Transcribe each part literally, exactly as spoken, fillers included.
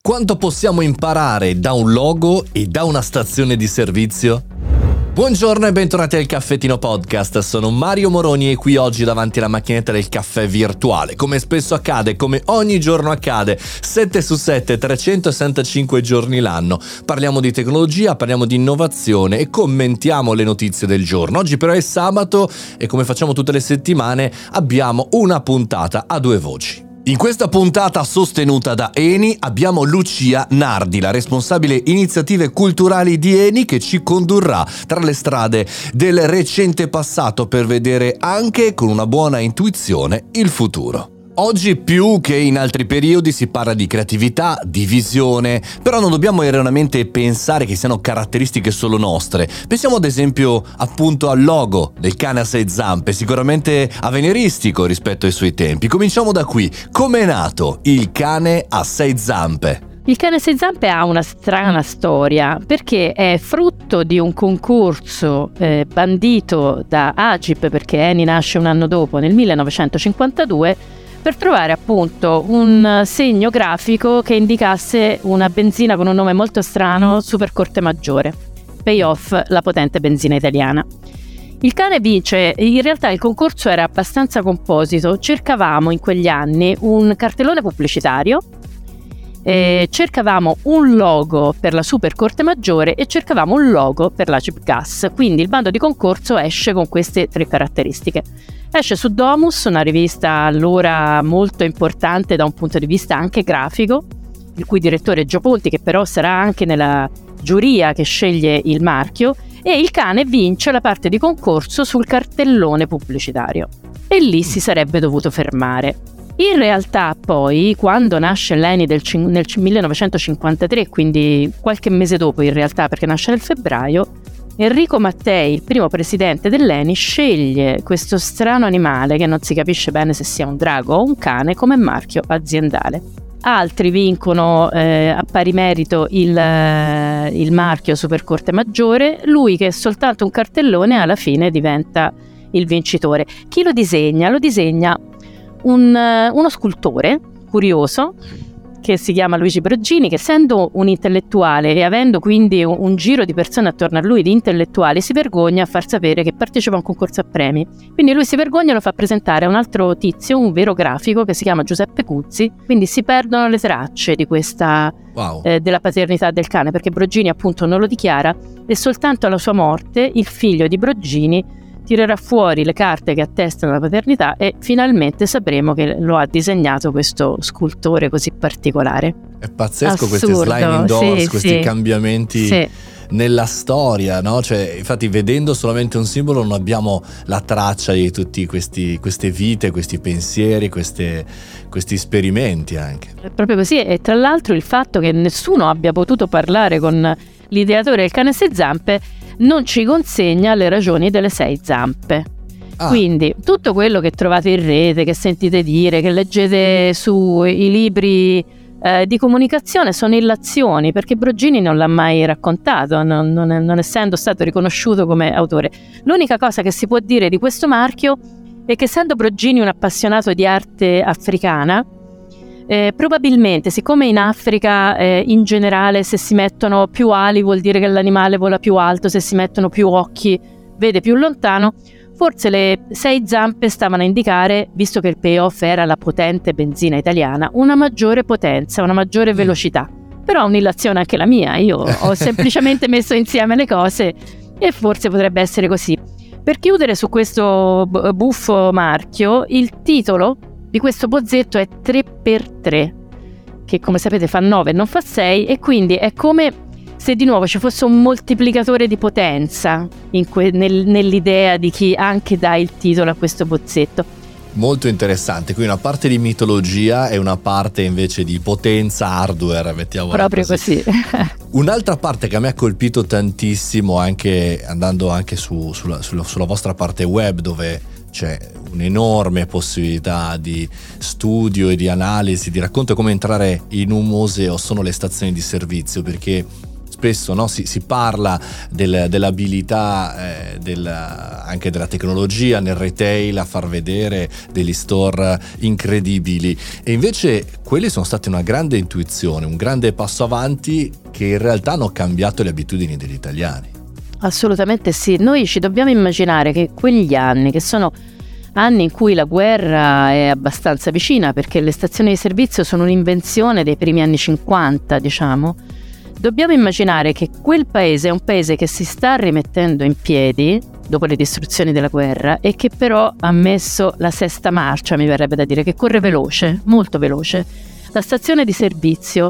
Quanto possiamo imparare da un logo e da una stazione di servizio? Buongiorno e bentornati al Caffettino Podcast, sono Mario Moroni e qui oggi davanti alla macchinetta del caffè virtuale. Come spesso accade, come ogni giorno accade, sette su sette, trecentosessantacinque giorni l'anno. Parliamo di tecnologia, parliamo di innovazione e commentiamo le notizie del giorno. Oggi però è sabato e come facciamo tutte le settimane abbiamo una puntata a due voci. In questa puntata sostenuta da Eni abbiamo Lucia Nardi, la responsabile iniziative culturali di Eni, che ci condurrà tra le strade del recente passato per vedere anche con una buona intuizione il futuro. Oggi più che in altri periodi si parla di creatività, di visione, però non dobbiamo erroneamente pensare che siano caratteristiche solo nostre. Pensiamo ad esempio appunto al logo del cane a sei zampe, sicuramente avveniristico rispetto ai suoi tempi. Cominciamo da qui. Com'è nato il cane a sei zampe? Il cane a sei zampe ha una strana storia perché è frutto di un concorso eh, bandito da Agip, perché Eni nasce un anno dopo, nel millenovecentocinquantadue, per trovare appunto un segno grafico che indicasse una benzina con un nome molto strano, Supercorte Maggiore, Payoff, la potente benzina italiana. Il cane vince. In realtà il concorso era abbastanza composito, cercavamo in quegli anni un cartellone pubblicitario, eh, cercavamo un logo per la Supercorte Maggiore e cercavamo un logo per l'Agip Gas, quindi il bando di concorso esce con queste tre caratteristiche. Esce su Domus, una rivista allora molto importante da un punto di vista anche grafico, il cui direttore è Gio Ponti, che però sarà anche nella giuria che sceglie il marchio, e il cane vince la parte di concorso sul cartellone pubblicitario. E lì si sarebbe dovuto fermare. In realtà poi, quando nasce l'Eni del, nel millenovecentocinquantatré, quindi qualche mese dopo in realtà, perché nasce nel febbraio, Enrico Mattei, il primo presidente dell'Eni, sceglie questo strano animale, che non si capisce bene se sia un drago o un cane, come marchio aziendale. Altri vincono eh, a pari merito il, eh, il marchio Supercorte Maggiore, lui che è soltanto un cartellone alla fine diventa il vincitore. Chi lo disegna? Lo disegna un, uno scultore curioso che si chiama Luigi Broggini, che essendo un intellettuale e avendo quindi un, un giro di persone attorno a lui di intellettuali, si vergogna a far sapere che partecipa a un concorso a premi. Quindi lui si vergogna e lo fa presentare a un altro tizio, un vero grafico che si chiama Giuseppe Cuzzi. Quindi si perdono le tracce di questa wow. eh, della paternità del cane, perché Broggini appunto non lo dichiara, e soltanto alla sua morte il figlio di Broggini tirerà fuori le carte che attestano la paternità e finalmente sapremo che lo ha disegnato questo scultore così particolare. È pazzesco. Assurdo. Questi sliding doors, sì, questi sì. cambiamenti sì. nella storia, no? Cioè, infatti, vedendo solamente un simbolo non abbiamo la traccia di tutti questi queste vite, questi pensieri, queste, questi esperimenti anche. È proprio così. E tra l'altro il fatto che nessuno abbia potuto parlare con l'ideatore del cane a sei zampe non ci consegna le ragioni delle sei zampe. Ah. Quindi tutto quello che trovate in rete, che sentite dire, che leggete sui libri eh, di comunicazione sono illazioni, perché Broggini non l'ha mai raccontato, non, non, non essendo stato riconosciuto come autore. L'unica cosa che si può dire di questo marchio è che, essendo Broggini un appassionato di arte africana, Eh, probabilmente, siccome in Africa eh, in generale se si mettono più ali vuol dire che l'animale vola più alto, se si mettono più occhi vede più lontano, forse le sei zampe stavano a indicare, visto che il payoff era la potente benzina italiana, una maggiore potenza, una maggiore velocità. Però un'illazione anche la mia, io ho semplicemente messo insieme le cose e forse potrebbe essere così. Per chiudere su questo buffo marchio, il titolo di questo bozzetto è tre per tre, che come sapete fa nove e non fa sei, e quindi è come se di nuovo ci fosse un moltiplicatore di potenza in que- nel, nell'idea di chi anche dà il titolo a questo bozzetto. Molto interessante, qui una parte di mitologia e una parte invece di potenza hardware, mettiamola proprio così. così. Un'altra parte che a me ha colpito tantissimo, anche andando anche su, sulla, sulla, sulla vostra parte web, dove c'è un'enorme possibilità di studio e di analisi, di racconto, come entrare in un museo, sono le stazioni di servizio, perché spesso no, si, si parla del, dell'abilità eh, del, anche della tecnologia nel retail a far vedere degli store incredibili, e invece quelli sono stati una grande intuizione, un grande passo avanti che in realtà hanno cambiato le abitudini degli italiani. Assolutamente sì, noi ci dobbiamo immaginare che quegli anni, che sono anni in cui la guerra è abbastanza vicina, perché le stazioni di servizio sono un'invenzione dei primi anni cinquanta, diciamo, dobbiamo immaginare che quel paese è un paese che si sta rimettendo in piedi dopo le distruzioni della guerra e che però ha messo la sesta marcia, mi verrebbe da dire, che corre veloce, molto veloce. La stazione di servizio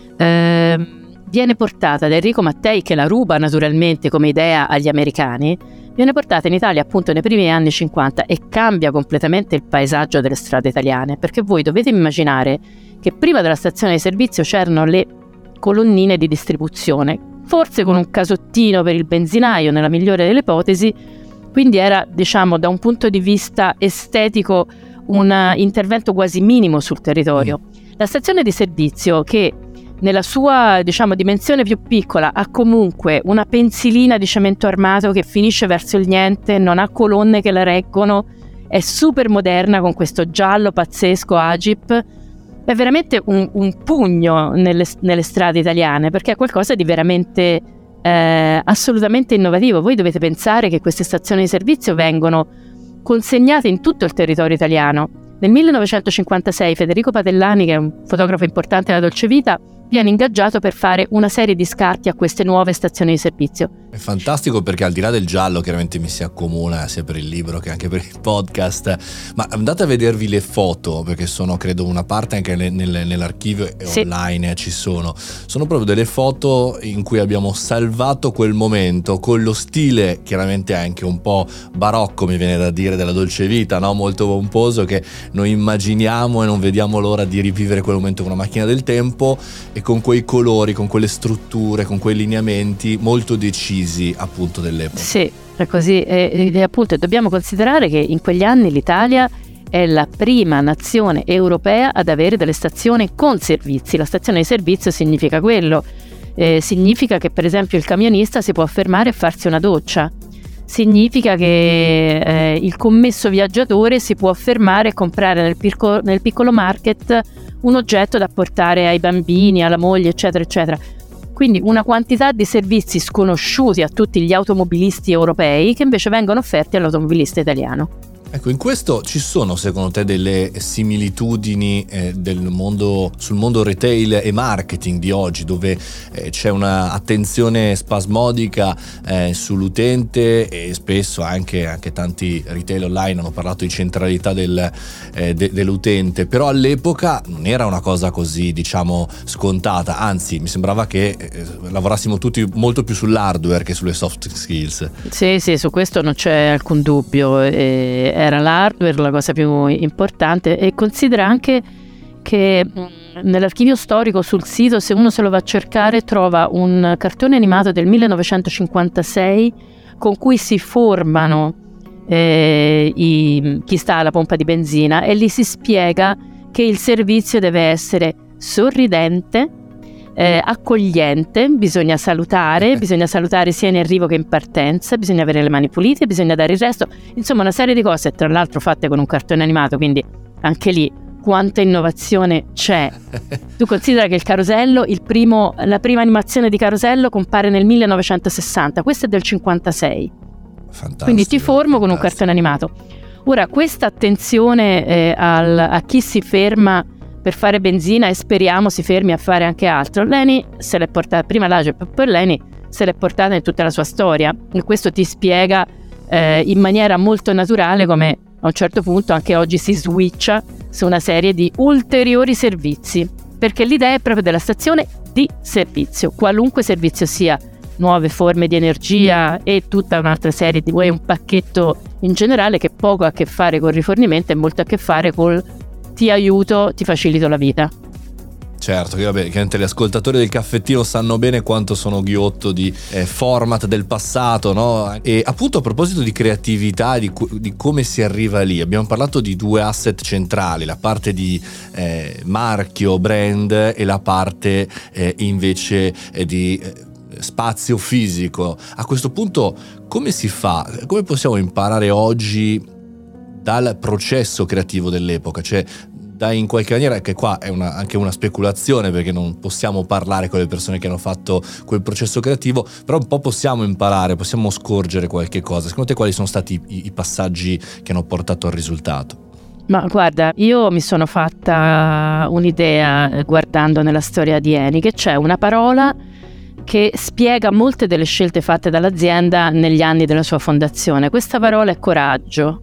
eh, viene portata da Enrico Mattei, che la ruba naturalmente come idea agli americani, viene portata in Italia appunto nei primi anni cinquanta e cambia completamente il paesaggio delle strade italiane, perché voi dovete immaginare che prima della stazione di servizio c'erano le colonnine di distribuzione, forse con un casottino per il benzinaio nella migliore delle ipotesi, quindi era, diciamo, da un punto di vista estetico un intervento quasi minimo sul territorio. La stazione di servizio, che nella sua, diciamo, dimensione più piccola ha comunque una pensilina di cemento armato che finisce verso il niente, non ha colonne che la reggono, è super moderna con questo giallo pazzesco Agip, è veramente un, un pugno nelle, nelle strade italiane, perché è qualcosa di veramente eh, assolutamente innovativo. Voi dovete pensare che queste stazioni di servizio vengono consegnate in tutto il territorio italiano. Nel millenovecentocinquantasei Federico Patellani, che è un fotografo importante della Dolce Vita, viene ingaggiato per fare una serie di scatti a queste nuove stazioni di servizio. È fantastico, perché al di là del giallo, chiaramente mi si accomuna sia per il libro che anche per il podcast, ma andate a vedervi le foto, perché sono, credo, una parte anche nel, nel, nell'archivio e sì. online ci sono. Sono proprio delle foto in cui abbiamo salvato quel momento con lo stile chiaramente anche un po' barocco, mi viene da dire, della Dolce Vita, no? Molto pomposo, che noi immaginiamo e non vediamo l'ora di rivivere quel momento con una macchina del tempo, e con quei colori, con quelle strutture, con quei lineamenti molto decisi appunto dell'epoca. Sì, è così, e, e appunto dobbiamo considerare che in quegli anni l'Italia è la prima nazione europea ad avere delle stazioni con servizi. La stazione di servizio significa quello, eh, significa che per esempio il camionista si può fermare e farsi una doccia, significa che eh, il commesso viaggiatore si può fermare e comprare nel, pirco, nel piccolo market un oggetto da portare ai bambini, alla moglie, eccetera, eccetera. Quindi una quantità di servizi sconosciuti a tutti gli automobilisti europei che invece vengono offerti all'automobilista italiano. Ecco, in questo ci sono secondo te delle similitudini eh, del mondo, sul mondo retail e marketing di oggi, dove eh, c'è una attenzione spasmodica eh, sull'utente, e spesso anche, anche tanti retail online hanno parlato di centralità del, eh, de, dell'utente, però all'epoca non era una cosa così, diciamo, scontata, anzi mi sembrava che eh, lavorassimo tutti molto più sull'hardware che sulle soft skills. Sì, sì, su questo non c'è alcun dubbio. E era l'hardware la cosa più importante, e considera anche che nell'archivio storico sul sito, se uno se lo va a cercare, trova un cartone animato del millenovecentocinquantasei con cui si formano eh, i, chi sta alla pompa di benzina, e lì si spiega che il servizio deve essere sorridente, Eh, accogliente, bisogna salutare, bisogna salutare sia in arrivo che in partenza, bisogna avere le mani pulite, bisogna dare il resto, insomma una serie di cose, tra l'altro fatte con un cartone animato, quindi anche lì quanta innovazione c'è. Tu considera che il carosello, il primo, la prima animazione di Carosello compare nel millenovecentosessanta, questo è del cinquantasei. Fantastico, quindi ti formo fantastico. Con un cartone animato. Ora, questa attenzione eh, al, a chi si ferma per fare benzina, e speriamo si fermi a fare anche altro, l'Eni se l'è portata, prima l'Agip, poi l'Eni se l'è portata in tutta la sua storia, e questo ti spiega eh, in maniera molto naturale come a un certo punto anche oggi si switcha su una serie di ulteriori servizi, perché l'idea è proprio della stazione di servizio, qualunque servizio sia, nuove forme di energia e tutta un'altra serie di, un pacchetto in generale che poco ha a che fare col rifornimento e molto a che fare col ti aiuto, ti facilito la vita. Certo, che vabbè, che gli ascoltatori del caffettino sanno bene quanto sono ghiotto di eh, format del passato, no? E appunto a proposito di creatività, di, di come si arriva lì, abbiamo parlato di due asset centrali, la parte di eh, marchio, brand, e la parte eh, invece eh, di eh, spazio fisico. A questo punto come si fa? Come possiamo imparare oggi dal processo creativo dell'epoca? Cioè, da in qualche maniera, che qua è una, anche una speculazione, perché non possiamo parlare con le persone che hanno fatto quel processo creativo, però un po' possiamo imparare, possiamo scorgere qualche cosa. Secondo te quali sono stati i, i passaggi che hanno portato al risultato? Ma guarda, io mi sono fatta un'idea guardando nella storia di Eni, che c'è una parola che spiega molte delle scelte fatte dall'azienda negli anni della sua fondazione. Questa parola è coraggio.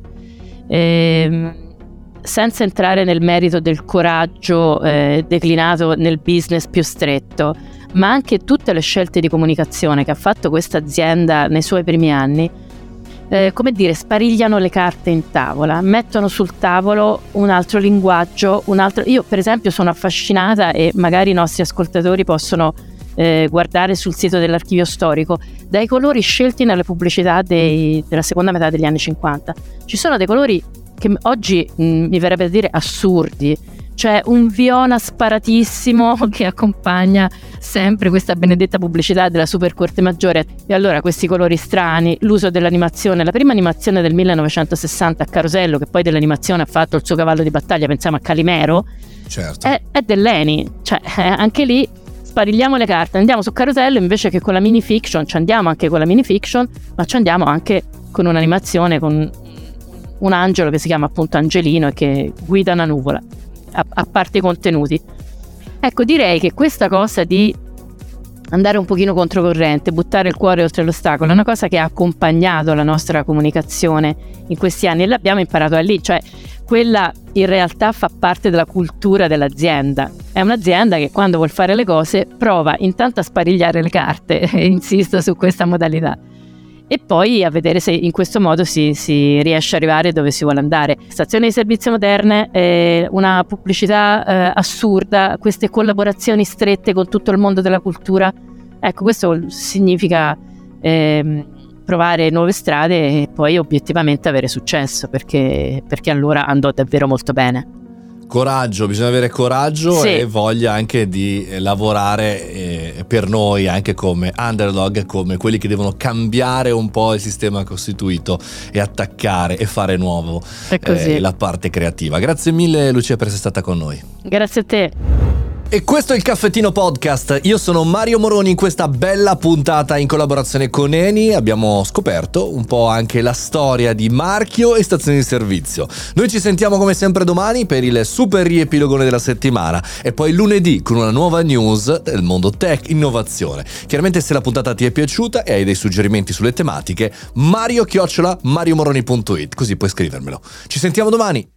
Ehm, senza entrare nel merito del coraggio eh, declinato nel business più stretto, ma anche tutte le scelte di comunicazione che ha fatto questa azienda nei suoi primi anni, eh, come dire, sparigliano le carte in tavola, mettono sul tavolo un altro linguaggio, un altro... Io per esempio sono affascinata, e magari i nostri ascoltatori possono eh, guardare sul sito dell'archivio storico, dai colori scelti nelle pubblicità dei, della seconda metà degli anni cinquanta. Ci sono dei colori che oggi mh, mi verrebbe da dire assurdi. C'è un viola sparatissimo che accompagna sempre questa benedetta pubblicità della Super Corte Maggiore, e allora questi colori strani, l'uso dell'animazione, la prima animazione del millenovecentosessanta a Carosello, che poi dell'animazione ha fatto il suo cavallo di battaglia, pensiamo a Calimero, certo. è, è dell'Eni, cioè eh, anche lì sparigliamo le carte, andiamo su Carosello invece che con la mini fiction, ci andiamo anche con la mini fiction, ma ci andiamo anche con un'animazione, con un angelo che si chiama appunto Angelino e che guida una nuvola, a, a parte i contenuti. Ecco, direi che questa cosa di andare un pochino controcorrente, buttare il cuore oltre l'ostacolo, è una cosa che ha accompagnato la nostra comunicazione in questi anni, e l'abbiamo imparato da lì. Cioè, quella in realtà fa parte della cultura dell'azienda. È un'azienda che quando vuol fare le cose prova intanto a sparigliare le carte, e insisto su questa modalità, e poi a vedere se in questo modo si, si riesce ad arrivare dove si vuole andare. Stazioni di servizio moderne, eh, una pubblicità eh, assurda, queste collaborazioni strette con tutto il mondo della cultura. Ecco, questo significa eh, provare nuove strade e poi obiettivamente avere successo, perché, perché allora andò davvero molto bene. Coraggio, bisogna avere coraggio, sì, e voglia anche di lavorare eh, per noi anche come underdog, come quelli che devono cambiare un po' il sistema costituito e attaccare e fare nuovo eh, la parte creativa. Grazie mille Lucia per essere stata con noi. Grazie a te. E questo è il Caffettino Podcast. Io sono Mario Moroni. In questa bella puntata in collaborazione con Eni abbiamo scoperto un po' anche la storia di marchio e stazioni di servizio. Noi ci sentiamo come sempre domani per il super riepilogone della settimana, e poi lunedì con una nuova news del mondo tech innovazione. Chiaramente, se la puntata ti è piaciuta e hai dei suggerimenti sulle tematiche, mario chiocciola mariomoroni punto it, così puoi scrivermelo. Ci sentiamo domani.